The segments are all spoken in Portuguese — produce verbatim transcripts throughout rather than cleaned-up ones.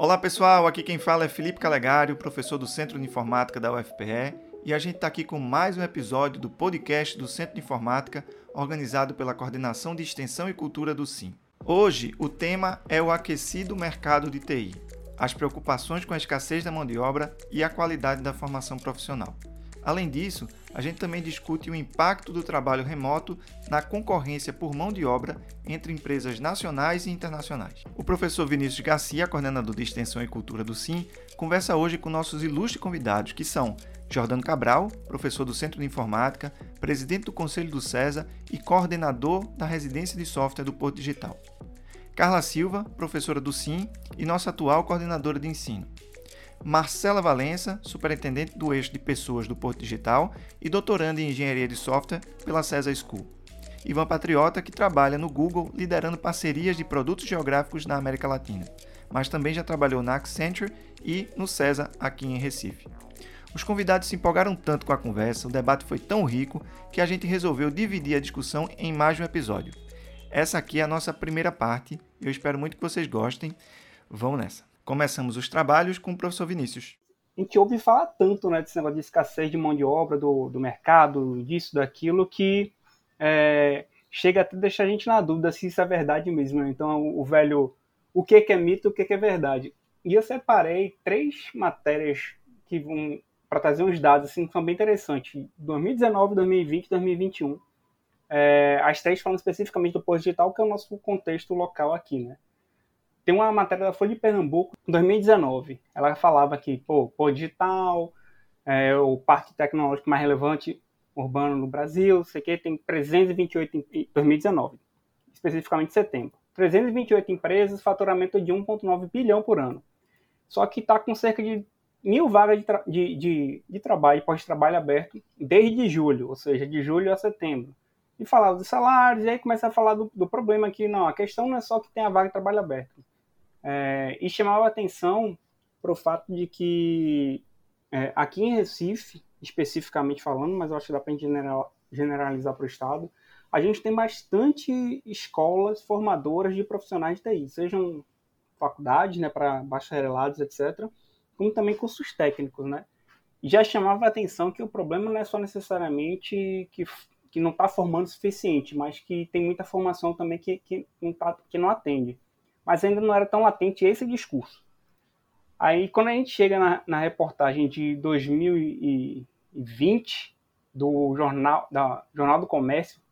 Olá pessoal, aqui quem fala é Felipe Calegário, professor do Centro de Informática da U F P E, e a gente está aqui com mais um episódio do podcast do Centro de Informática, organizado pela Coordenação de Extensão e Cultura do Sim. Hoje, o tema é o aquecido mercado de T I, as preocupações com a escassez da mão de obra e a qualidade da formação profissional. Além disso, a gente também discute o impacto do trabalho remoto na concorrência por mão de obra entre empresas nacionais e internacionais. O professor Vinícius Garcia, coordenador de Extensão e Cultura do Sim, conversa hoje com nossos ilustres convidados, que são Jordano Cabral, professor do Centro de Informática, presidente do Conselho do CESA e coordenador da Residência de Software do Porto Digital. Carla Silva, professora do Sim e nossa atual coordenadora de ensino. Marcela Valença, superintendente do eixo de pessoas do Porto Digital e doutoranda em engenharia de software pela CESA School. Ivan Patriota, que trabalha no Google liderando parcerias de produtos geográficos na América Latina, mas também já trabalhou na Accenture e no CESA aqui em Recife. Os convidados se empolgaram tanto com a conversa, o debate foi tão rico que a gente resolveu dividir a discussão em mais de um episódio. Essa aqui é a nossa primeira parte, eu espero muito que vocês gostem. Vamos nessa! Começamos os trabalhos com o professor Vinícius. A gente ouve falar tanto, né, desse negócio de escassez de mão de obra, do, do mercado, disso, daquilo, que é, chega até a deixar a gente na dúvida se isso é verdade mesmo. Né? Então, o, o velho, o que, que é mito, o que, que é verdade. E eu separei três matérias que vão para trazer uns dados assim, que são bem interessantes. dois mil e dezenove, dois mil e vinte e dois mil e vinte e um. É, as três falam especificamente do Porto Digital, que é o nosso contexto local aqui, né? Tem uma matéria da Folha de Pernambuco, em dois mil e dezenove. Ela falava que, pô, Porto Digital, é, o parque tecnológico mais relevante urbano no Brasil, sei que tem trezentos e vinte e oito em dois mil e dezenove, especificamente em setembro. trezentas e vinte e oito empresas, faturamento de um vírgula nove bilhão por ano. Só que está com cerca de mil vagas de, tra- de, de, de trabalho, pós-trabalho aberto, desde julho, ou seja, de julho a setembro. E falava dos salários, e aí começa a falar do, do problema aqui. Não, a questão não é só que tem a vaga de trabalho aberto. É, e chamava a atenção para o fato de que é, aqui em Recife, especificamente falando, mas eu acho que dá para a gente general, generalizar para o estado, a gente tem bastante escolas formadoras de profissionais de T I, sejam faculdades, né, para bacharelados, etcétera, como também cursos técnicos, né? E já chamava a atenção que o problema não é só necessariamente que, que não está formando o suficiente, mas que tem muita formação também que, que, não, tá, que não atende. Mas ainda não era tão latente esse discurso. Aí, quando a gente chega na, na reportagem de dois mil e vinte, do Jornal, da, Jornal do Comércio,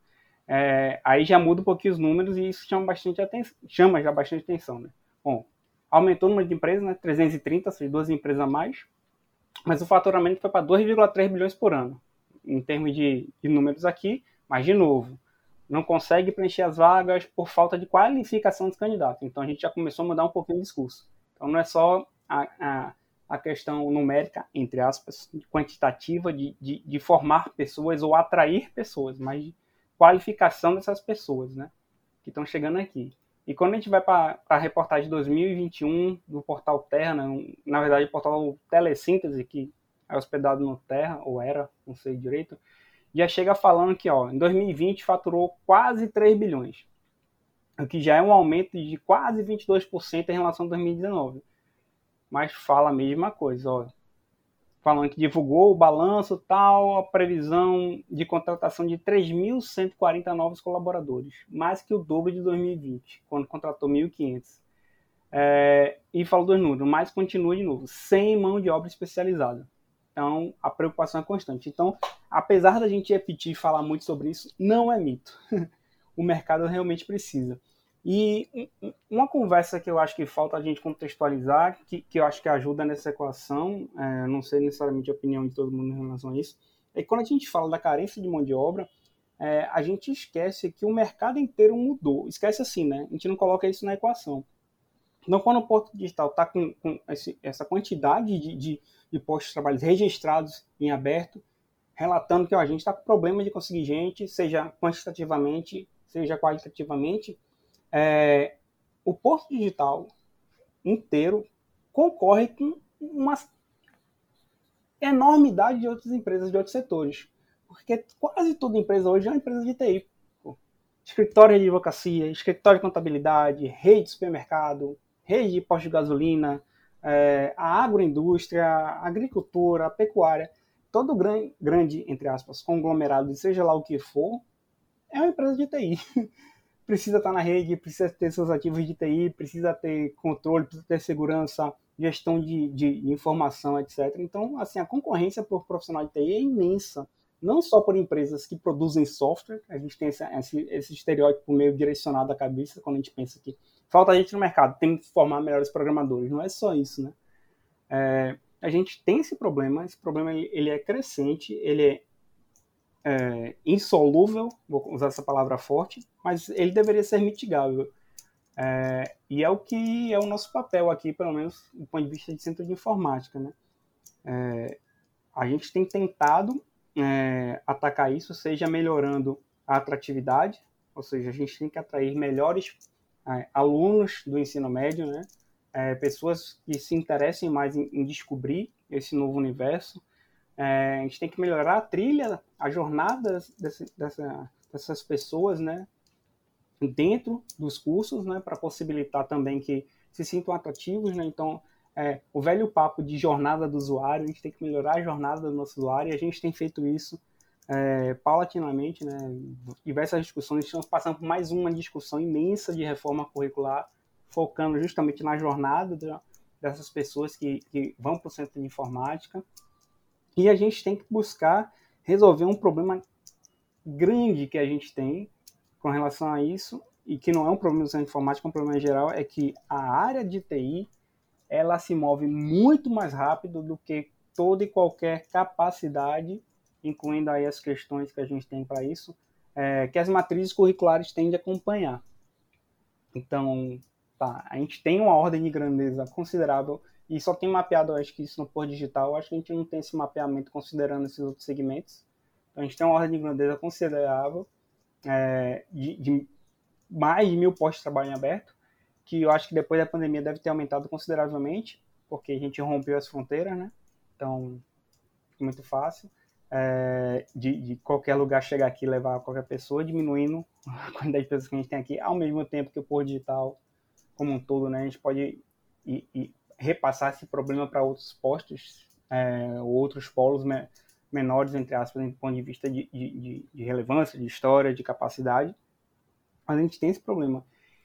é, aí já muda um pouquinho os números e isso chama, bastante atenção, chama já bastante atenção. Né? Bom, aumentou o número de empresas, né? trezentas e trinta, ou seja, duas empresas a mais, mas o faturamento foi para dois vírgula três bilhões por ano, em termos de, de números aqui, mas, de novo, não consegue preencher as vagas por falta de qualificação dos candidatos. Então, a gente já começou a mudar um pouquinho o discurso. Então, não é só a, a, a questão numérica, entre aspas, quantitativa, de, de, de formar pessoas ou atrair pessoas, mas de qualificação dessas pessoas, né, que estão chegando aqui. E quando a gente vai para a reportagem de dois mil e vinte e um do portal Terra, né, na verdade, o portal Telesíntese, que é hospedado no Terra, ou era, não sei direito, já chega falando que, ó, em dois mil e vinte faturou quase três bilhões, o que já é um aumento de quase vinte e dois por cento em relação a dois mil e dezenove. Mas fala a mesma coisa, ó, falando que divulgou o balanço tal, a previsão de contratação de três mil cento e quarenta novos colaboradores, mais que o dobro de dois mil e vinte, quando contratou mil e quinhentos. É, e falou dos números, mas continua de novo, sem mão de obra especializada. Então, a preocupação é constante. Então, apesar da gente repetir e falar muito sobre isso, não é mito. O mercado realmente precisa. E uma conversa que eu acho que falta a gente contextualizar, que, que eu acho que ajuda nessa equação, é, não sei necessariamente a opinião de todo mundo em relação a isso, é que quando a gente fala da carência de mão de obra, é, a gente esquece que o mercado inteiro mudou. Esquece assim, né? A gente não coloca isso na equação. Então, quando o Porto Digital está com, com esse, essa quantidade de, de de postos de trabalho registrados em aberto, relatando que ó, a gente está com problema de conseguir gente, seja quantitativamente, seja qualitativamente, é, o Porto Digital inteiro concorre com uma enormidade de outras empresas, de outros setores. Porque quase toda empresa hoje é uma empresa de T I. Pô. Escritório de advocacia, escritório de contabilidade, rede de supermercado, rede de postos de gasolina, é, a agroindústria, a agricultura, a pecuária, todo grande, grande, entre aspas, conglomerado, seja lá o que for, é uma empresa de T I. Precisa estar na rede, precisa ter seus ativos de T I, precisa ter controle, precisa ter segurança, gestão de, de informação, etcétera. Então, assim, a concorrência por profissional de T I é imensa. Não só por empresas que produzem software, a gente tem esse, esse, esse estereótipo meio direcionado à cabeça, quando a gente pensa que falta gente no mercado, tem que formar melhores programadores. Não é só isso, né? É, a gente tem esse problema, esse problema ele é crescente, ele é, é insolúvel, vou usar essa palavra forte, mas ele deveria ser mitigável. É, e é o que é o nosso papel aqui, pelo menos do ponto de vista de centro de informática, né? É, a gente tem tentado é, atacar isso, seja melhorando a atratividade, ou seja, a gente tem que atrair melhores é, alunos do ensino médio, né? É, pessoas que se interessem mais em, em descobrir esse novo universo. É, a gente tem que melhorar a trilha, a jornada desse, dessa, dessas pessoas, né? Dentro dos cursos, né? Para possibilitar também que se sintam atrativos, né? Então, é, o velho papo de jornada do usuário, a gente tem que melhorar a jornada do nosso usuário, e a gente tem feito isso é, paulatinamente, né? Diversas discussões, estamos passando por mais uma discussão imensa de reforma curricular, focando justamente na jornada de, dessas pessoas que, que vão para o centro de informática, e a gente tem que buscar resolver um problema grande que a gente tem com relação a isso, e que não é um problema do centro de informática, é um problema em geral, é que a área de T I ela se move muito mais rápido do que toda e qualquer capacidade, incluindo aí as questões que a gente tem para isso, é, que as matrizes curriculares tendem a acompanhar. Então, tá, a gente tem uma ordem de grandeza considerável e só tem mapeado, acho que isso no Pôr Digital, acho que a gente não tem esse mapeamento considerando esses outros segmentos. Então, a gente tem uma ordem de grandeza considerável é, de, de mais de mil postos de trabalho em aberto, que eu acho que depois da pandemia deve ter aumentado consideravelmente, porque a gente rompeu as fronteiras, né? Então, fica muito fácil é, de, de qualquer lugar chegar aqui e levar qualquer pessoa, diminuindo a quantidade de pessoas que a gente tem aqui, ao mesmo tempo que o Pôr Digital, como um todo, né? A gente pode ir, ir repassar esse problema para outros postos, é, outros polos me, menores, entre aspas, do ponto de vista de, de, de relevância, de história, de capacidade. Mas a gente tem esse problema.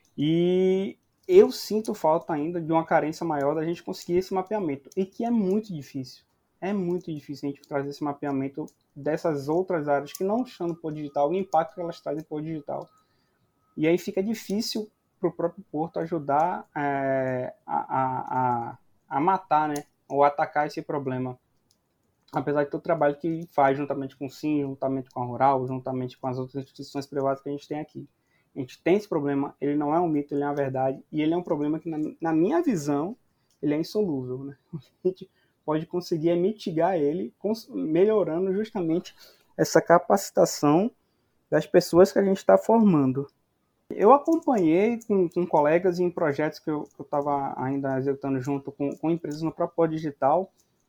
E eu sinto falta ainda de uma carência maior da gente conseguir esse mapeamento, e que é muito difícil. É muito difícil a gente trazer esse mapeamento dessas outras áreas que não estão no Pôr Digital, o impacto que elas trazem no Pôr Digital. E aí fica difícil para o próprio Porto ajudar é, a, a, a matar, né, ou atacar esse problema. Apesar de todo o trabalho que faz juntamente com o Sim, juntamente com a Rural, juntamente com as outras instituições privadas que a gente tem aqui. A gente tem esse problema, ele não é um mito, ele é uma verdade, e ele é um problema que, na, na minha visão, ele é insolúvel, né? A gente pode conseguir mitigar ele, melhorando justamente essa capacitação das pessoas que a gente está formando. Eu acompanhei com, com colegas em projetos que eu estava ainda executando junto com, com empresas no próprio Pôr Digital,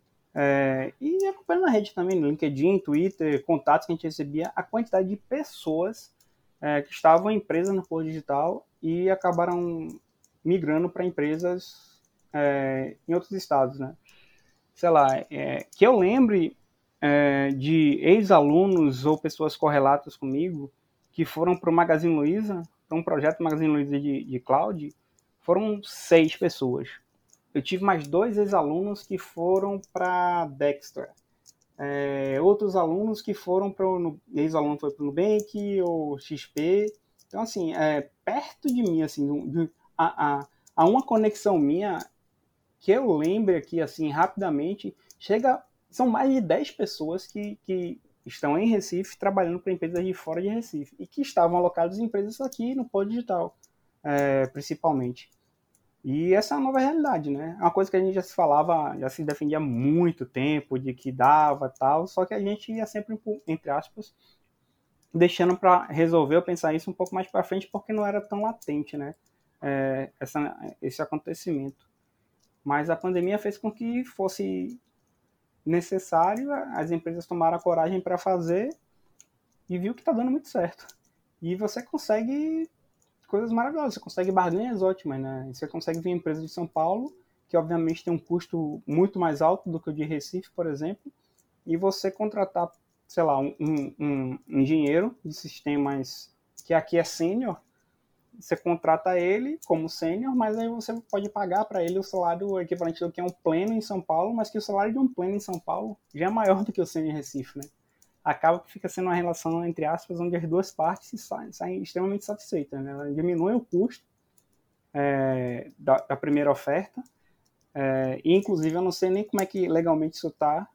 é, e acompanhando na rede também, no LinkedIn, Twitter, contatos que a gente recebia, a quantidade de pessoas É, que estavam em empresas no Pôr Digital e acabaram migrando para empresas é, em outros estados, né? Sei lá, é, que eu lembre é, de ex-alunos ou pessoas correlatas comigo que foram para o Magazine Luiza, para um projeto Magazine Luiza de, de cloud, foram seis pessoas. Eu tive mais dois ex-alunos que foram para Dexter. É, outros alunos que foram para o ex-aluno foi para o Nubank ou X P. Então, assim, é, perto de mim, assim, de, a, a, a uma conexão minha que eu lembre aqui, assim, rapidamente, chega, são mais de dez pessoas que, que estão em Recife trabalhando para empresas de fora de Recife e que estavam alocadas em empresas aqui no Pôr Digital, é, principalmente. E essa é a nova realidade, né? É uma coisa que a gente já se falava, já se defendia há muito tempo, de que dava tal, só que a gente ia sempre, entre aspas, deixando para resolver ou pensar isso um pouco mais para frente, porque não era tão latente, né? É, essa, esse acontecimento. Mas a pandemia fez com que fosse necessário, as empresas tomaram a coragem para fazer e viu que está dando muito certo. E você consegue coisas maravilhosas, você consegue barganhas ótimas, né? Você consegue ver empresas de São Paulo que obviamente tem um custo muito mais alto do que o de Recife, por exemplo, e você contratar, sei lá, um, um, um engenheiro de sistemas que aqui é sênior, você contrata ele como sênior, mas aí você pode pagar para ele o salário equivalente do que é um pleno em São Paulo, mas que o salário de um pleno em São Paulo já é maior do que o sênior em Recife, né? Acaba que fica sendo uma relação, entre aspas, onde as duas partes saem, saem extremamente satisfeitas, né? Ela diminui o custo é, da, da primeira oferta, é, e inclusive eu não sei nem como é que legalmente isso está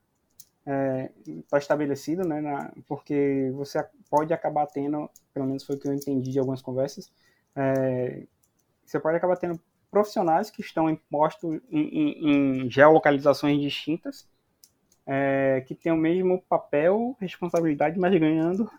é, tá estabelecido, né? Na, porque você pode acabar tendo, pelo menos foi o que eu entendi de algumas conversas, é, você pode acabar tendo profissionais que estão impostos em, em, em geolocalizações distintas, é, que têm o mesmo papel, responsabilidade, mas ganhando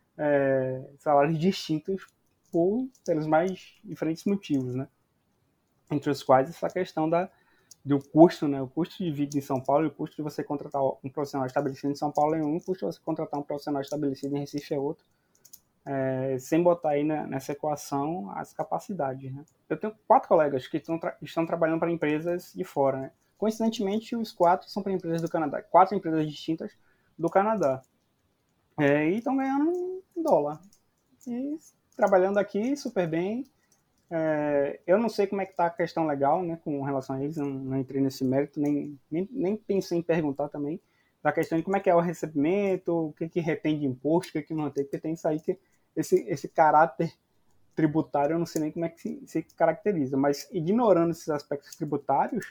é, salários distintos por pelos mais diferentes motivos, né? Entre os quais essa questão da, do custo, né? O custo de vida em São Paulo e o custo de você contratar um profissional estabelecido em São Paulo é um, o custo de você contratar um profissional estabelecido em Recife é outro. É, sem botar aí na, nessa equação as capacidades, né? Eu tenho quatro colegas que estão, tra- estão trabalhando para empresas de fora, né? Coincidentemente, os quatro são para empresas do Canadá, quatro empresas distintas do Canadá, é, e estão ganhando em dólar e trabalhando aqui super bem. É, eu não sei como é que está a questão legal, né, com relação a eles, não, não entrei nesse mérito, nem, nem, nem pensei em perguntar também da questão de como é que é o recebimento, o que, que retém de imposto, o que, que não retém, porque tem isso aí que esse, esse caráter tributário, eu não sei nem como é que se, se caracteriza, mas ignorando esses aspectos tributários,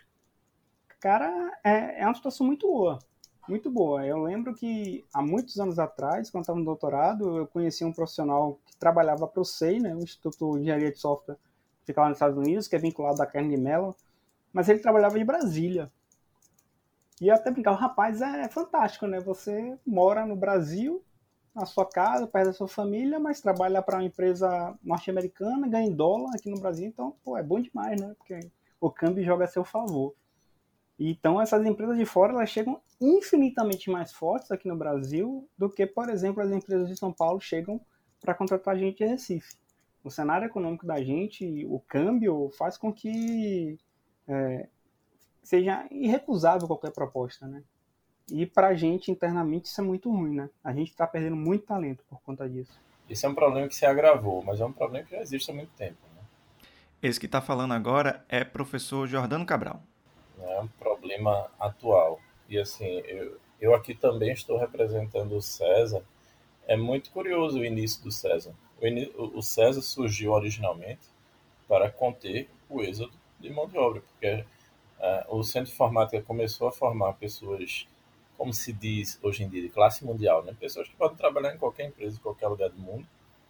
cara, é, é uma situação muito boa, muito boa. Eu lembro que há muitos anos atrás, quando estava no doutorado, eu conheci um profissional que trabalhava para o S E I, né, o Instituto de Engenharia de Software, que fica lá nos Estados Unidos, que é vinculado à Carnegie Mellon, mas ele trabalhava de Brasília. E eu até brincava, rapaz, é fantástico, né? Você mora no Brasil, na sua casa, perto da sua família, mas trabalha para uma empresa norte-americana, ganha em dólar aqui no Brasil, então, pô, é bom demais, né? Porque o câmbio joga a seu favor. Então, essas empresas de fora, elas chegam infinitamente mais fortes aqui no Brasil do que, por exemplo, as empresas de São Paulo chegam para contratar gente de Recife. O cenário econômico da gente, o câmbio, faz com que é, seja irrecusável qualquer proposta, né? E pra gente, internamente, isso é muito ruim, né? A gente tá perdendo muito talento por conta disso. Isso é um problema que se agravou, mas é um problema que já existe há muito tempo, né? Esse que está falando agora é professor Jordano Cabral. É um problema atual. E assim, eu, eu aqui também estou representando o César. É muito curioso o início do César. O, ini- o César surgiu originalmente para conter o êxodo de mão de obra, porque eh, o Centro de Informática começou a formar pessoas, como se diz hoje em dia, de classe mundial, né? Pessoas que podem trabalhar em qualquer empresa, em qualquer lugar do mundo,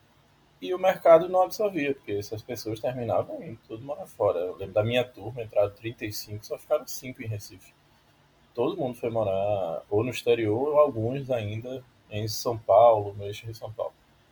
e o mercado não absorvia, porque essas pessoas terminavam indo tudo morar fora. Eu lembro da minha turma, entraram trinta e cinco, só ficaram cinco em Recife. Todo mundo foi morar ou no exterior, ou alguns ainda em São Paulo, no eixo de São Paulo.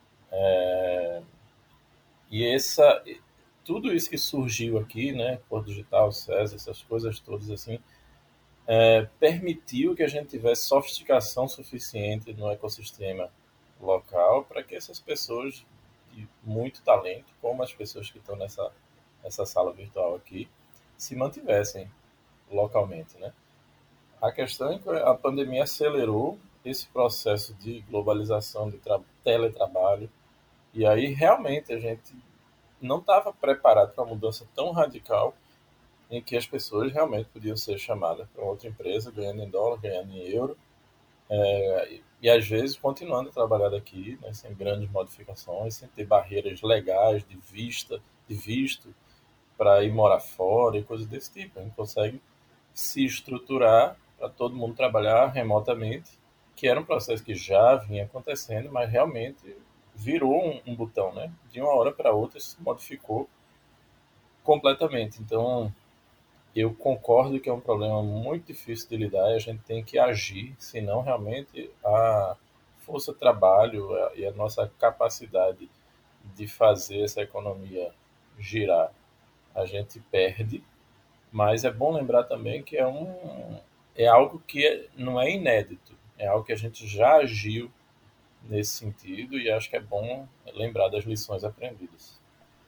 E essa, tudo isso que surgiu aqui, né, Porto Digital, César, essas coisas todas assim, é, permitiu que a gente tivesse sofisticação suficiente no ecossistema local para que essas pessoas de muito talento, como as pessoas que estão nessa, nessa sala virtual aqui, se mantivessem localmente, né? A questão é que a pandemia acelerou esse processo de globalização, de tra- teletrabalho, e aí realmente a gente não estava preparado para uma mudança tão radical em que as pessoas realmente podiam ser chamadas para outra empresa, ganhando em dólar, ganhando em euro, é, e às vezes continuando a trabalhar daqui, né, sem grandes modificações, sem ter barreiras legais de vista, de visto para ir morar fora e coisas desse tipo. A gente consegue se estruturar para todo mundo trabalhar remotamente, que era um processo que já vinha acontecendo, mas realmente virou um, um botão, né? De uma hora para outra se modificou completamente. Então, eu concordo que é um problema muito difícil de lidar e a gente tem que agir, senão realmente a força de trabalho e a nossa capacidade de fazer essa economia girar, a gente perde. Mas é bom lembrar também que é, um, é algo que não é inédito, é algo que a gente já agiu nesse sentido e acho que é bom lembrar das lições aprendidas.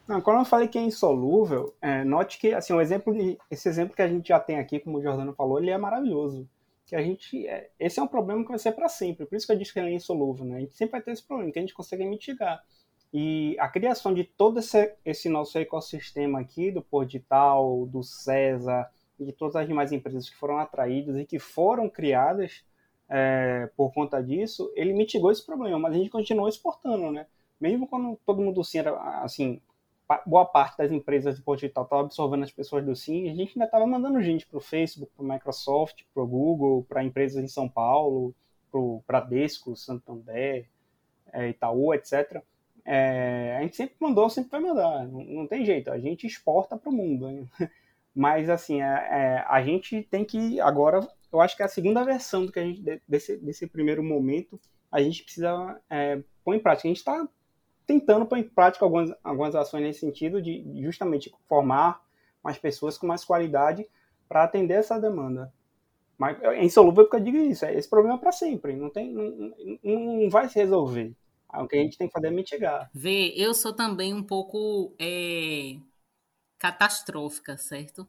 Não, quando eu falei que é insolúvel, é, note que assim, o exemplo de, esse exemplo que a gente já tem aqui, como o Jordano falou, ele é maravilhoso. Que a gente, é, esse é um problema que vai ser para sempre. Por isso que eu disse que ele é insolúvel, né? A gente sempre vai ter esse problema, que a gente consegue mitigar. E a criação de todo esse, esse nosso ecossistema aqui, do Pordital, do César, e de todas as demais empresas que foram atraídas e que foram criadas é, por conta disso, ele mitigou esse problema, mas a gente continuou exportando, né? Mesmo quando todo mundo assim, era, assim, boa parte das empresas do Pordital estava absorvendo as pessoas do Sim, a gente ainda estava mandando gente para o Facebook, para o Microsoft, para o Google, para empresas em São Paulo, para o Bradesco, Santander, é, Itaú, etcétera. É, a gente sempre mandou, sempre vai mandar, não, não tem jeito, a gente exporta para o mundo. Hein? Mas, assim, é, é, a gente tem que, agora, eu acho que é a segunda versão do que a gente, desse, desse primeiro momento, a gente precisa é, pôr em prática. A gente está tentando pôr em prática algumas, algumas ações nesse sentido, de justamente formar mais pessoas com mais qualidade para atender essa demanda. Mas é insolúvel porque eu digo isso, esse problema é para sempre, não, tem, não, não vai se resolver. O que a gente tem que fazer é mitigar. Vê, eu sou também um pouco é, catastrófica, certo?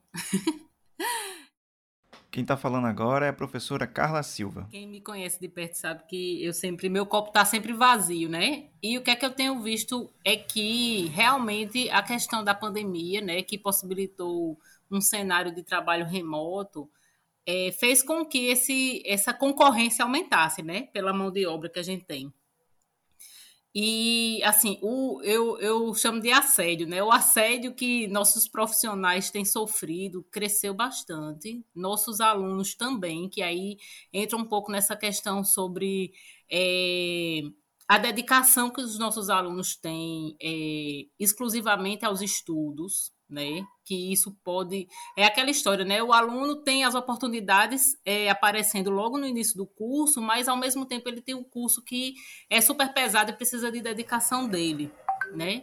Quem está falando agora é a professora Carla Silva. Quem me conhece de perto sabe que eu sempre, meu copo está sempre vazio, né? E o que é que eu tenho visto é que realmente a questão da pandemia, né, que possibilitou um cenário de trabalho remoto, é, fez com que esse, essa concorrência aumentasse, né, pela mão de obra que a gente tem. E, assim, o, eu, eu chamo de assédio, né? O assédio que nossos profissionais têm sofrido cresceu bastante. Nossos alunos também, que aí entra um pouco nessa questão sobre é, a dedicação que os nossos alunos têm é, exclusivamente aos estudos, né? Que isso pode... É aquela história, né? O aluno tem as oportunidades é, aparecendo logo no início do curso, mas, ao mesmo tempo, ele tem um curso que é super pesado e precisa de dedicação dele, né?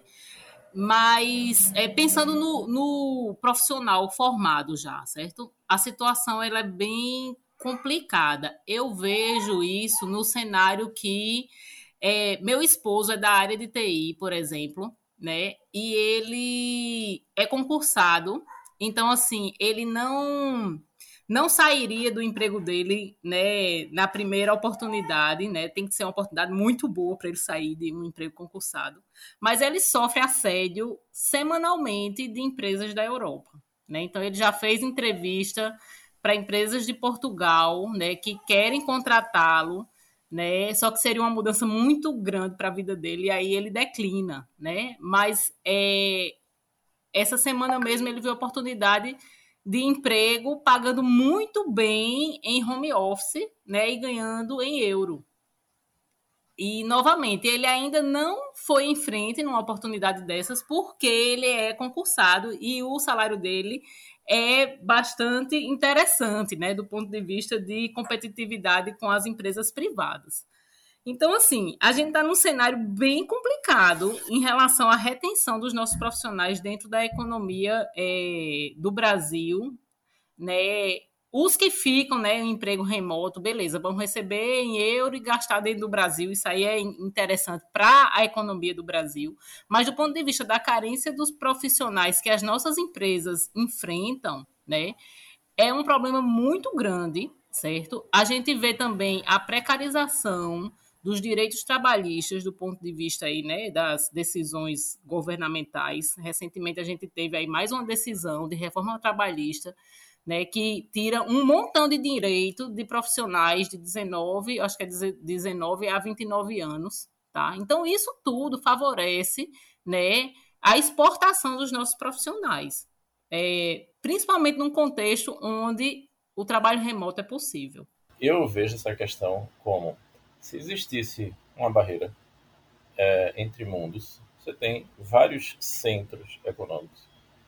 Mas, é, pensando no, no profissional formado já, certo? A situação ela é bem complicada. Eu vejo isso no cenário que é, meu esposo é da área de T I, por exemplo, né? E ele é concursado, então, assim, ele não não sairia do emprego dele, né, na primeira oportunidade, né? Tem que ser uma oportunidade muito boa para ele sair de um emprego concursado. Mas ele sofre assédio semanalmente de empresas da Europa, né? Então, ele já fez entrevista para empresas de Portugal, né, que querem contratá-lo, né? Só que seria uma mudança muito grande para a vida dele, e aí ele declina, né? Mas é, essa semana mesmo ele viu a oportunidade de emprego pagando muito bem em home office, né? E ganhando em euro. E, novamente, ele ainda não foi em frente numa oportunidade dessas porque ele é concursado e o salário dele é bastante interessante, né, do ponto de vista de competitividade com as empresas privadas. Então, assim, a gente está num cenário bem complicado em relação à retenção dos nossos profissionais dentro da economia é, do Brasil, né? Os que ficam, né, em emprego remoto, beleza, vão receber em euro e gastar dentro do Brasil, isso aí é interessante para a economia do Brasil, mas do ponto de vista da carência dos profissionais que as nossas empresas enfrentam, né, é um problema muito grande, certo? A gente vê também a precarização dos direitos trabalhistas do ponto de vista aí, né, das decisões governamentais. Recentemente a gente teve aí mais uma decisão de reforma trabalhista, né, que tira um montão de direito de profissionais de dezenove, acho que é dezenove a vinte e nove anos, tá? Então isso tudo favorece, né, a exportação dos nossos profissionais, é, principalmente num contexto onde o trabalho remoto é possível. Eu vejo essa questão como se existisse uma barreira é, entre mundos, você tem vários centros econômicos.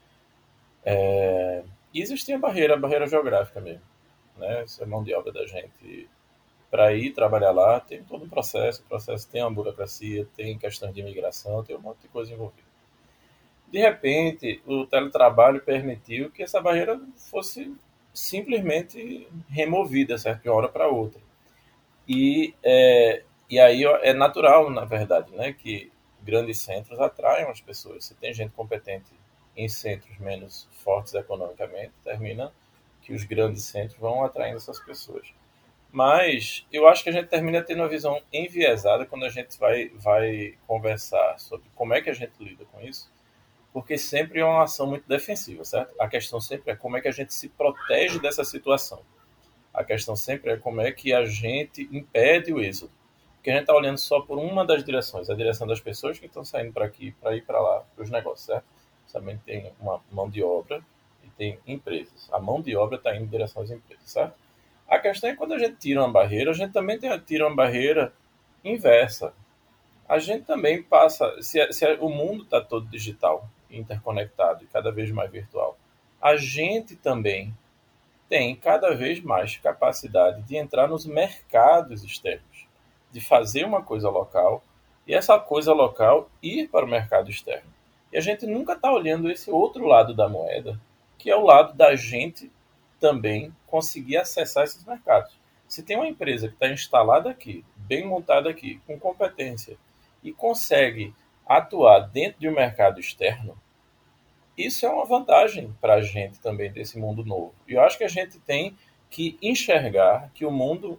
É, e existe a barreira, a barreira geográfica mesmo, né? Essa mão de obra da gente para ir trabalhar lá tem todo um processo, o processo tem uma burocracia, tem questões de imigração, tem um monte de coisa envolvida. De repente, o teletrabalho permitiu que essa barreira fosse simplesmente removida, certo? De uma hora para outra. E, é, e aí é natural, na verdade, né, que grandes centros atraiam as pessoas. Se tem gente competente em centros menos fortes economicamente, termina que os grandes centros vão atraindo essas pessoas. Mas eu acho que a gente termina tendo uma visão enviesada quando a gente vai, vai conversar sobre como é que a gente lida com isso, porque sempre é uma ação muito defensiva, certo? A questão sempre é como é que a gente se protege dessa situação. A questão sempre é como é que a gente impede o êxodo. Porque a gente está olhando só por uma das direções, a direção das pessoas que estão saindo para aqui, para ir para lá, para os negócios, certo? Também tem uma mão de obra e tem empresas. A mão de obra está indo em direção às empresas, certo? A questão é que quando a gente tira uma barreira, a gente também tem, tira uma barreira inversa. A gente também passa... Se, se o mundo está todo digital, interconectado e cada vez mais virtual, a gente também tem cada vez mais capacidade de entrar nos mercados externos, de fazer uma coisa local e essa coisa local ir para o mercado externo. E a gente nunca está olhando esse outro lado da moeda, que é o lado da gente também conseguir acessar esses mercados. Se tem uma empresa que está instalada aqui, bem montada aqui, com competência, e consegue atuar dentro de um mercado externo, isso é uma vantagem para a gente também desse mundo novo. E eu acho que a gente tem que enxergar que o mundo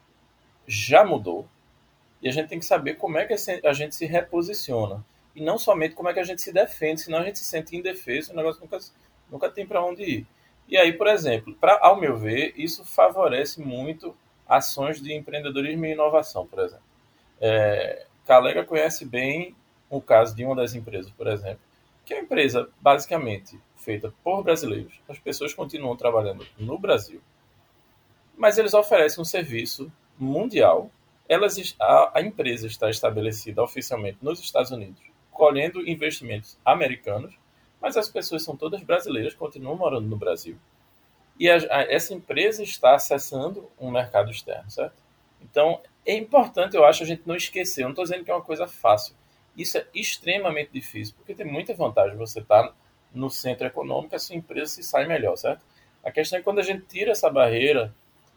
já mudou e a gente tem que saber como é que a gente se reposiciona. E não somente como é que a gente se defende, senão a gente se sente indefeso e o negócio nunca, nunca tem para onde ir. E aí, por exemplo, pra, ao meu ver, isso favorece muito ações de empreendedorismo e inovação, por exemplo. É, Calega conhece bem o caso de uma das empresas, por exemplo, que é uma empresa basicamente feita por brasileiros. As pessoas continuam trabalhando no Brasil, mas eles oferecem um serviço mundial. Elas, a, a empresa está estabelecida oficialmente nos Estados Unidos, colhendo investimentos americanos, mas as pessoas são todas brasileiras, continuam morando no Brasil. E a, a, essa empresa está acessando um mercado externo, certo? Então, é importante, eu acho, a gente não esquecer. Eu não estou dizendo que é uma coisa fácil. Isso é extremamente difícil, porque tem muita vantagem você estar no centro econômico, a sua empresa se sai melhor, certo? A questão é que quando a gente tira essa barreira,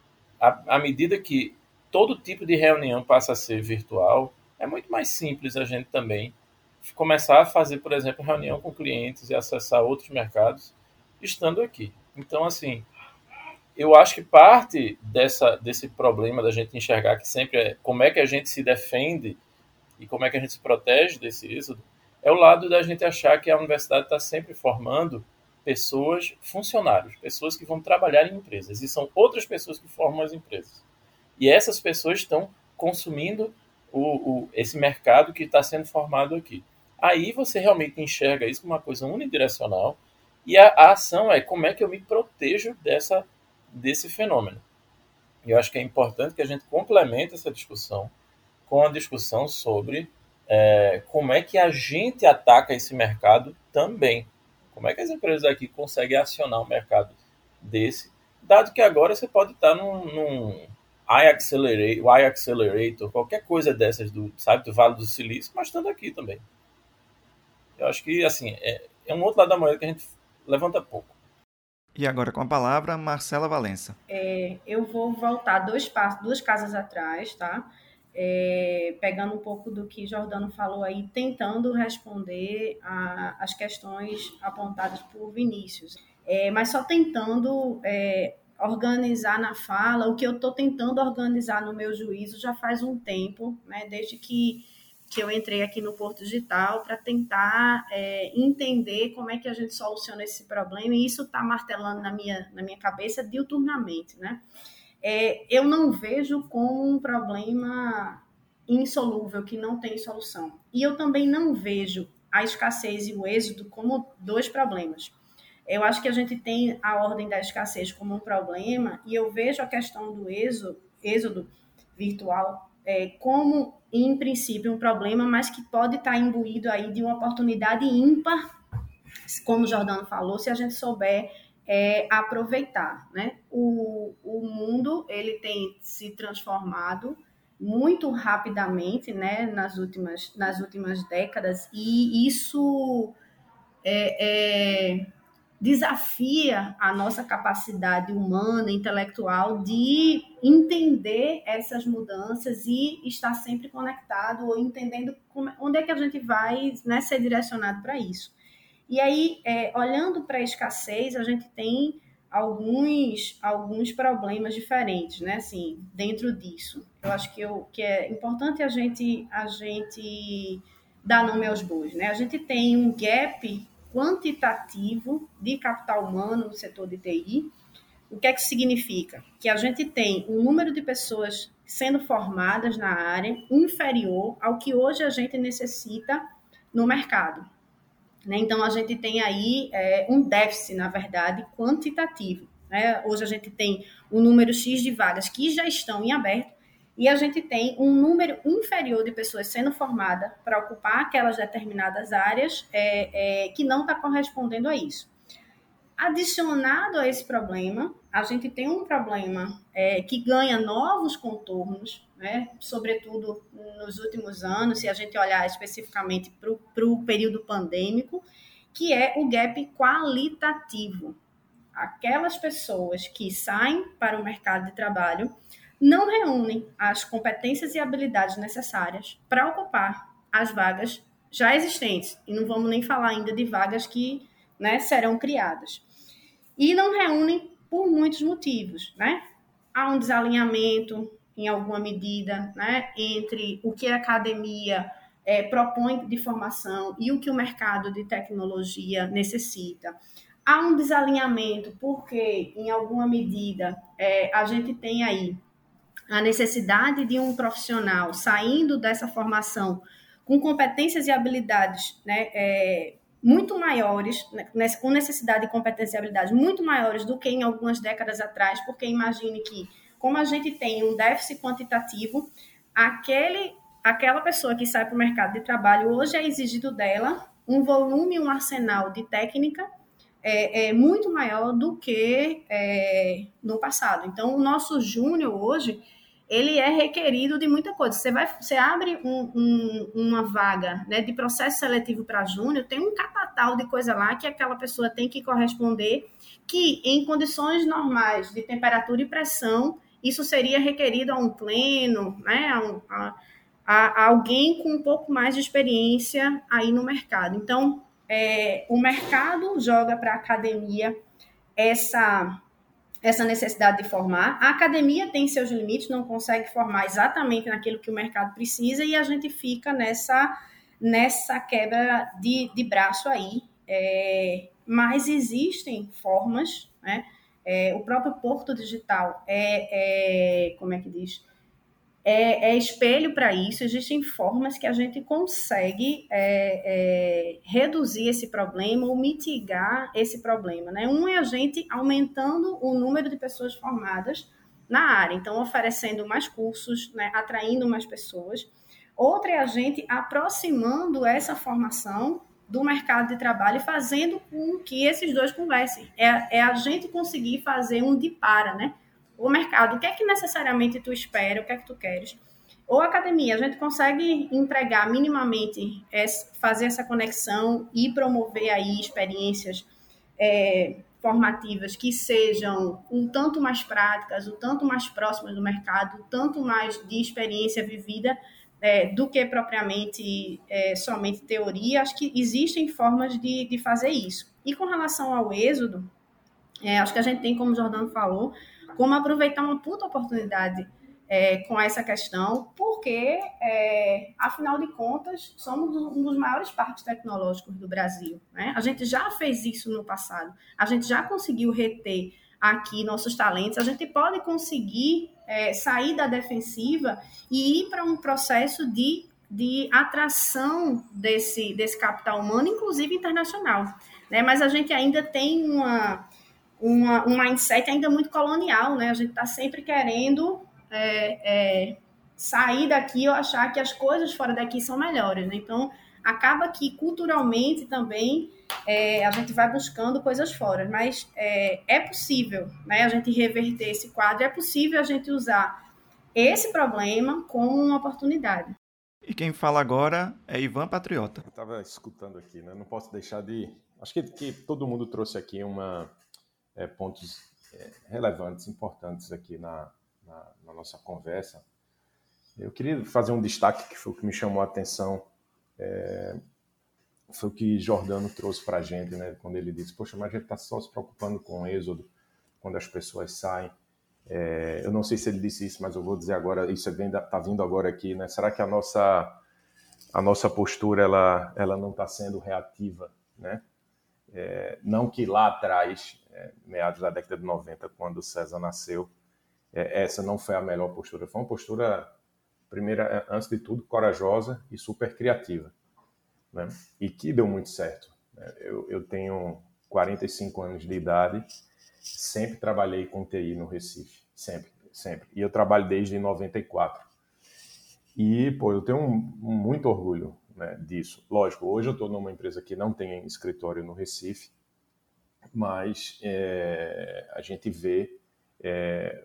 à medida que todo tipo de reunião passa a ser virtual, é muito mais simples a gente também começar a fazer, por exemplo, reunião com clientes e acessar outros mercados estando aqui. Então, assim, eu acho que parte dessa, desse problema da gente enxergar que sempre é como é que a gente se defende e como é que a gente se protege desse êxodo, é o lado da gente achar que a universidade está sempre formando pessoas, funcionários, pessoas que vão trabalhar em empresas, e são outras pessoas que formam as empresas. E essas pessoas estão consumindo o, o, esse mercado que está sendo formado aqui. Aí você realmente enxerga isso como uma coisa unidirecional, e a, a ação é como é que eu me protejo dessa, desse fenômeno. E eu acho que é importante que a gente complemente essa discussão com a discussão sobre é, como é que a gente ataca esse mercado também. Como é que as empresas aqui conseguem acionar um mercado desse, dado que agora você pode estar num, num iAccelerator, iAccelerator, qualquer coisa dessas, do, sabe, do Vale do Silício, mas estando aqui também. Eu acho que, assim, é, é um outro lado da moeda que a gente levanta pouco. E agora com a palavra, Marcela Valença. É, eu vou voltar dois passos, duas casas atrás, tá? É, pegando um pouco do que Jordano falou aí, tentando responder a, as questões apontadas por Vinícius. É, mas só tentando é, organizar na fala o que eu estou tentando organizar no meu juízo já faz um tempo, né? Desde que que eu entrei aqui no Porto Digital para tentar é, entender como é que a gente soluciona esse problema, e isso está martelando na minha, na minha cabeça diuturnamente, né? É, eu não vejo como um problema insolúvel, que não tem solução. E eu também não vejo a escassez e o êxodo como dois problemas. Eu acho que a gente tem a ordem da escassez como um problema, e eu vejo a questão do êxodo, êxodo virtual é, como, em princípio, um problema, mas que pode estar imbuído aí de uma oportunidade ímpar, como o Jordano falou, se a gente souber é, aproveitar, né? O, o mundo, ele tem se transformado muito rapidamente, né, nas últimas, nas últimas décadas, e isso é, é, desafia a nossa capacidade humana, intelectual, de entender essas mudanças e estar sempre conectado ou entendendo como, onde é que a gente vai, né, ser direcionado para isso. E aí, é, olhando para a escassez, a gente tem alguns, alguns problemas diferentes, né, assim, dentro disso. Eu acho que, eu, que é importante a gente, a gente dar nome aos bois, né? A gente tem um gap quantitativo de capital humano no setor de T I. O que é que significa? Que a gente tem um número de pessoas sendo formadas na área inferior ao que hoje a gente necessita no mercado. Né? Então, a gente tem aí é, um déficit, na verdade, quantitativo. Né? Hoje a gente tem um número X de vagas que já estão em aberto e a gente tem um número inferior de pessoas sendo formadas para ocupar aquelas determinadas áreas é, é, que não está correspondendo a isso. Adicionado a esse problema, a gente tem um problema é, que ganha novos contornos, né? Sobretudo nos últimos anos, se a gente olhar especificamente para o período pandêmico, que é o gap qualitativo. Aquelas pessoas que saem para o mercado de trabalho não reúnem as competências e habilidades necessárias para ocupar as vagas já existentes. E não vamos nem falar ainda de vagas que, né, serão criadas. E não reúnem por muitos motivos, né? Há um desalinhamento, em alguma medida, né, entre o que a academia é, propõe de formação e o que o mercado de tecnologia necessita. Há um desalinhamento porque, em alguma medida, é, a gente tem aí a necessidade de um profissional saindo dessa formação com competências e habilidades, né, é, muito maiores, né, com necessidade de competências e habilidades muito maiores do que em algumas décadas atrás, porque imagine que, como a gente tem um déficit quantitativo, aquele, aquela pessoa que sai para o mercado de trabalho, hoje é exigido dela um volume, um arsenal de técnica é, é muito maior do que é, no passado. Então, o nosso júnior hoje, ele é requerido de muita coisa. Você, vai, você abre um, um, uma vaga, né, de processo seletivo para júnior, tem um capatal de coisa lá que aquela pessoa tem que corresponder, que em condições normais de temperatura e pressão, isso seria requerido a um pleno, né, a, um, a, a alguém com um pouco mais de experiência aí no mercado. Então, é, o mercado joga para a academia essa... essa necessidade de formar. A academia tem seus limites, não consegue formar exatamente naquilo que o mercado precisa e a gente fica nessa, nessa quebra de, de braço aí. É, mas existem formas, né? É, o próprio Porto Digital é, é como é que diz? É, é espelho para isso. Existem formas que a gente consegue é, é, reduzir esse problema ou mitigar esse problema, né? Um é a gente aumentando o número de pessoas formadas na área, então oferecendo mais cursos, né? Atraindo mais pessoas. Outra é a gente aproximando essa formação do mercado de trabalho e fazendo com que esses dois conversem. É, é a gente conseguir fazer um de para, né? O mercado, o que é que necessariamente tu espera, o que é que tu queres? Ou a academia, a gente consegue entregar minimamente, fazer essa conexão e promover aí experiências é, formativas que sejam um tanto mais práticas, um tanto mais próximas do mercado, um tanto mais de experiência vivida é, do que propriamente é, somente teoria. Acho que existem formas de, de fazer isso. E com relação ao êxodo, é, acho que a gente tem, como o Jordano falou, como aproveitar uma puta oportunidade é, com essa questão, porque, é, afinal de contas, somos um dos maiores parques tecnológicos do Brasil, né? A gente já fez isso no passado, a gente já conseguiu reter aqui nossos talentos, a gente pode conseguir é, sair da defensiva e ir para um processo de, de atração desse, desse capital humano, inclusive internacional, né? Mas a gente ainda tem uma... Uma, um mindset ainda muito colonial, né? A gente está sempre querendo é, é, sair daqui ou achar que as coisas fora daqui são melhores, né? Então, acaba que culturalmente também é, a gente vai buscando coisas fora, mas é, é possível, né, a gente reverter esse quadro, é possível a gente usar esse problema como uma oportunidade. E quem fala agora é Ivan Patriota. Eu estava escutando aqui, né? Não posso deixar de... Acho que, que todo mundo trouxe aqui uma, é, pontos é, relevantes, importantes aqui na, na, na nossa conversa. Eu queria fazer um destaque que foi o que me chamou a atenção, é, foi o que Giordano trouxe para a gente, né? Quando ele disse, poxa, mas a gente está só se preocupando com o êxodo, quando as pessoas saem. É, eu não sei se ele disse isso, mas eu vou dizer agora, isso está vindo agora aqui, né? Será que a nossa, a nossa postura ela, ela não está sendo reativa, né? É, não que lá atrás, é, meados da década de noventa, quando o César nasceu, é, essa não foi a melhor postura. Foi uma postura, primeira, antes de tudo, corajosa e super criativa, né? E que deu muito certo. Né? Eu, eu tenho quarenta e cinco anos de idade, sempre trabalhei com T I no Recife, sempre, sempre. E eu trabalho desde noventa e quatro. E, pô, eu tenho um, um, muito orgulho, né, disso. Lógico, hoje eu estou numa empresa que não tem escritório no Recife, mas é, a gente vê é,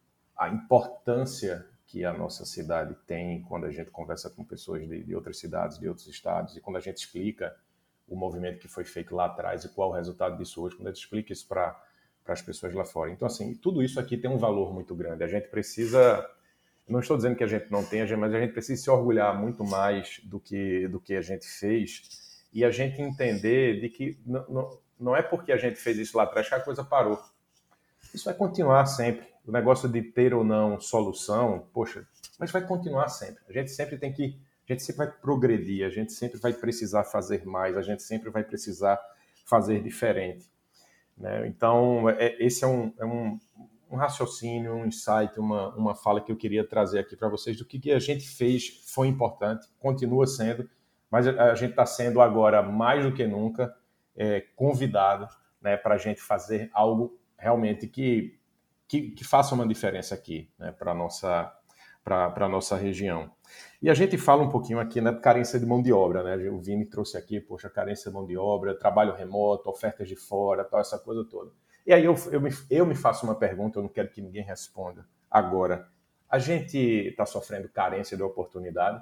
a importância que a nossa cidade tem quando a gente conversa com pessoas de, de outras cidades, de outros estados, e quando a gente explica o movimento que foi feito lá atrás e qual o resultado disso hoje, quando a gente explica isso para as pessoas lá fora. Então, assim, tudo isso aqui tem um valor muito grande. A gente precisa... Não estou dizendo que a gente não tenha, mas a gente precisa se orgulhar muito mais do que, do que a gente fez e a gente entender de que não, não, não é porque a gente fez isso lá atrás que a coisa parou. Isso vai continuar sempre. O negócio de ter ou não solução, poxa, mas vai continuar sempre. A gente sempre tem que... A gente sempre vai progredir, a gente sempre vai precisar fazer mais, a gente sempre vai precisar fazer diferente. Né? Então, é, esse é um... É um um raciocínio, um insight, uma, uma fala que eu queria trazer aqui para vocês do que, que a gente fez foi importante, continua sendo, mas a gente está sendo agora, mais do que nunca, é, convidado, né, para a gente fazer algo realmente que, que, que faça uma diferença aqui, né, para a nossa, para a nossa região. E a gente fala um pouquinho aqui, né, de carência de mão de obra, né? O Vini trouxe aqui, poxa, carência de mão de obra, trabalho remoto, ofertas de fora, tal, essa coisa toda. E aí eu, eu, me, eu me faço uma pergunta, eu não quero que ninguém responda agora. A gente está sofrendo carência de oportunidade?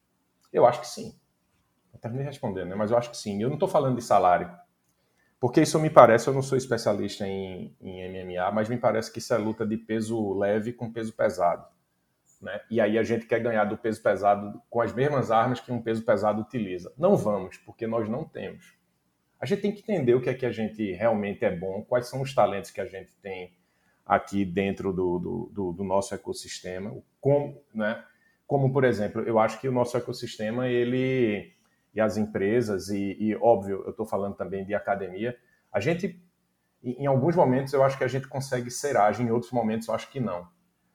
Eu acho que sim. Eu terminei respondendo, né? Mas eu acho que sim. Eu não estou falando de salário. Porque isso me parece, eu não sou especialista em, em M M A, mas me parece que isso é luta de peso leve com peso pesado. Né? E aí a gente quer ganhar do peso pesado com as mesmas armas que um peso pesado utiliza. Não vamos, porque nós não temos. A gente tem que entender o que é que a gente realmente é bom, quais são os talentos que a gente tem aqui dentro do, do, do, do nosso ecossistema. Como, né? Como, por exemplo, eu acho que o nosso ecossistema, ele, e as empresas, e, e óbvio, eu estou falando também de academia, a gente, em alguns momentos, eu acho que a gente consegue ser ágil, em outros momentos eu acho que não.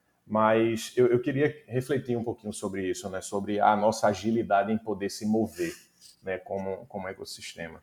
Mas eu, eu queria refletir um pouquinho sobre isso, né? Sobre a nossa agilidade em poder se mover, né? como, como ecossistema.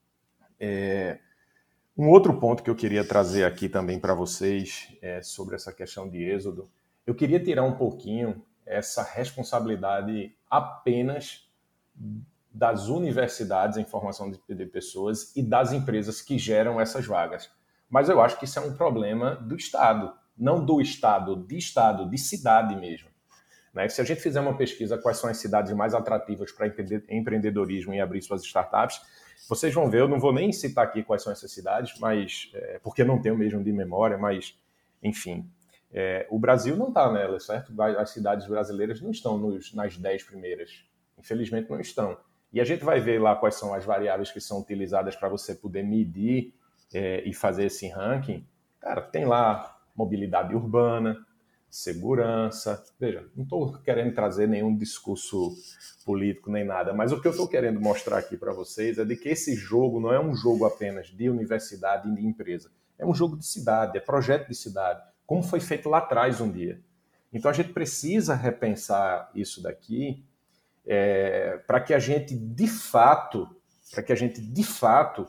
É, um outro ponto que eu queria trazer aqui também para vocês é sobre essa questão de êxodo. Eu queria tirar um pouquinho essa responsabilidade apenas das universidades em formação de, de pessoas e das empresas que geram essas vagas. Mas eu acho que isso é um problema do Estado, não do Estado, de Estado, de cidade mesmo. Né? Se a gente fizer uma pesquisa quais são as cidades mais atrativas para empreendedorismo e abrir suas startups, vocês vão ver, eu não vou nem citar aqui quais são essas cidades, mas, é, porque não tenho mesmo de memória, mas, enfim, é, o Brasil não está nela, certo? As cidades brasileiras não estão nos, nas dez primeiras, infelizmente não estão. E a gente vai ver lá quais são as variáveis que são utilizadas para você poder medir é, e fazer esse ranking. Cara, tem lá mobilidade urbana, segurança. Veja, não estou querendo trazer nenhum discurso político nem nada, mas o que eu estou querendo mostrar aqui para vocês é de que esse jogo não é um jogo apenas de universidade e de empresa. É um jogo de cidade, é projeto de cidade, como foi feito lá atrás um dia. Então a gente precisa repensar isso daqui é, para que a gente de fato, para que a gente de fato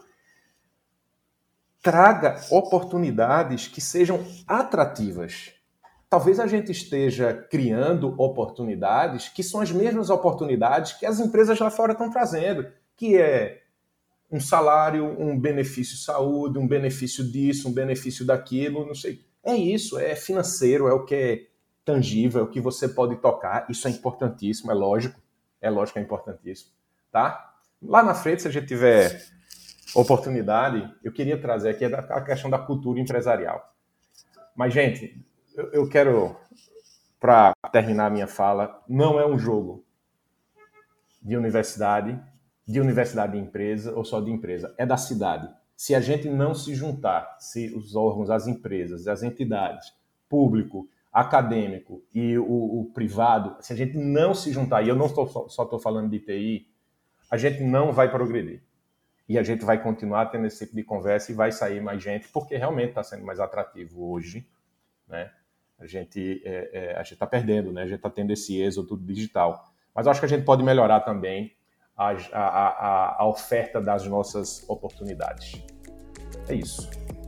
traga oportunidades que sejam atrativas. Talvez a gente esteja criando oportunidades que são as mesmas oportunidades que as empresas lá fora estão trazendo, que é um salário, um benefício saúde, um benefício disso, um benefício daquilo, não sei. É isso, é financeiro, é o que é tangível, é o que você pode tocar. Isso é importantíssimo, é lógico, É lógico que é importantíssimo, tá? Lá na frente, se a gente tiver oportunidade, eu queria trazer aqui a questão da cultura empresarial. Mas, gente, eu, eu quero, para terminar a minha fala, não é um jogo de universidade, de universidade de empresa ou só de empresa, é da cidade. Se a gente não se juntar, se os órgãos, as empresas, as entidades, público, acadêmico e o, o privado, se a gente não se juntar, e eu não tô, só estou falando de T I, a gente não vai progredir. E a gente vai continuar tendo esse tipo de conversa e vai sair mais gente, porque realmente está sendo mais atrativo hoje, né? A gente é, é, a gente está perdendo, né? A gente está tendo esse êxodo digital. Mas eu acho que a gente pode melhorar também a, a, a, a oferta das nossas oportunidades. É isso.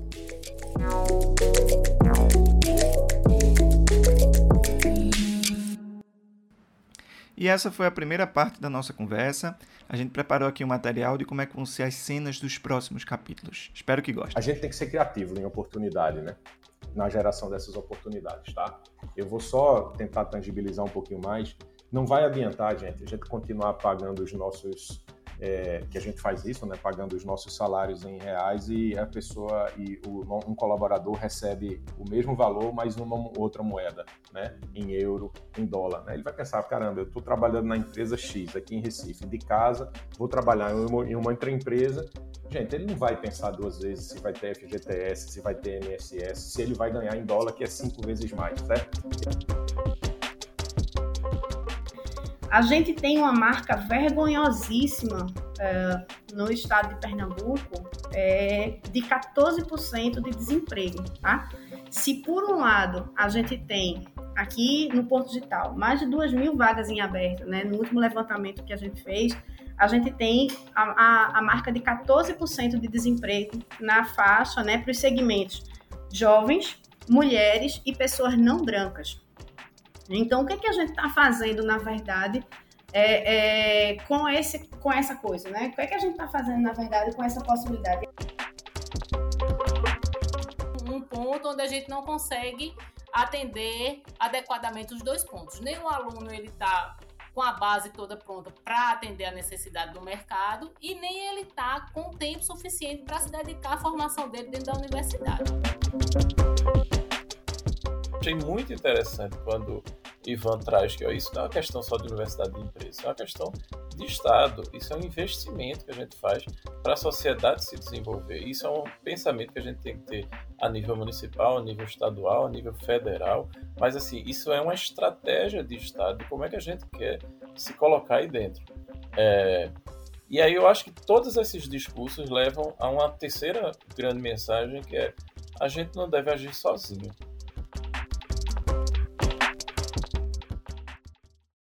E essa foi a primeira parte da nossa conversa. A gente preparou aqui um material de como é que vão ser as cenas dos próximos capítulos. Espero que gostem. A gente tem que ser criativo em oportunidade, né? Na geração dessas oportunidades, tá? Eu vou só tentar tangibilizar um pouquinho mais. Não vai adiantar, gente, a gente continuar pagando os nossos... É, que a gente faz isso, né? Pagando os nossos salários em reais e a pessoa e o, um colaborador recebe o mesmo valor, mas numa outra moeda, né? Em euro, em dólar, né? Ele vai pensar, caramba, eu estou trabalhando na empresa X aqui em Recife, de casa, vou trabalhar em uma, em uma outra empresa. Gente, ele não vai pensar duas vezes se vai ter F G T S, se vai ter I N S S, se ele vai ganhar em dólar, que é cinco vezes mais, certo? A gente tem uma marca vergonhosíssima é, no estado de Pernambuco é, de quatorze por cento de desemprego, tá? Se por um lado a gente tem aqui no Porto Digital mais de duas mil vagas em aberto, né? No último levantamento que a gente fez, a gente tem a, a, a marca de quatorze por cento de desemprego na faixa, né, para os segmentos jovens, mulheres e pessoas não brancas. Então, o que, é que a gente está fazendo, na verdade, é, é, com, esse, com essa coisa, né? O que é que a gente está fazendo, na verdade, com essa possibilidade? Um ponto onde a gente não consegue atender adequadamente os dois pontos. Nem o aluno ele está com a base toda pronta para atender a necessidade do mercado e nem ele está com tempo suficiente para se dedicar à formação dele dentro da universidade. Achei muito interessante quando Ivan traz que ó, isso não é uma questão só de universidade de empresa, é uma questão de Estado. Isso é um investimento que a gente faz para a sociedade se desenvolver. Isso é um pensamento que a gente tem que ter a nível municipal, a nível estadual, a nível federal. Mas, assim, isso é uma estratégia de Estado de como é que a gente quer se colocar aí dentro. É... E aí eu acho que todos esses discursos levam a uma terceira grande mensagem, que é: a gente não deve agir sozinho.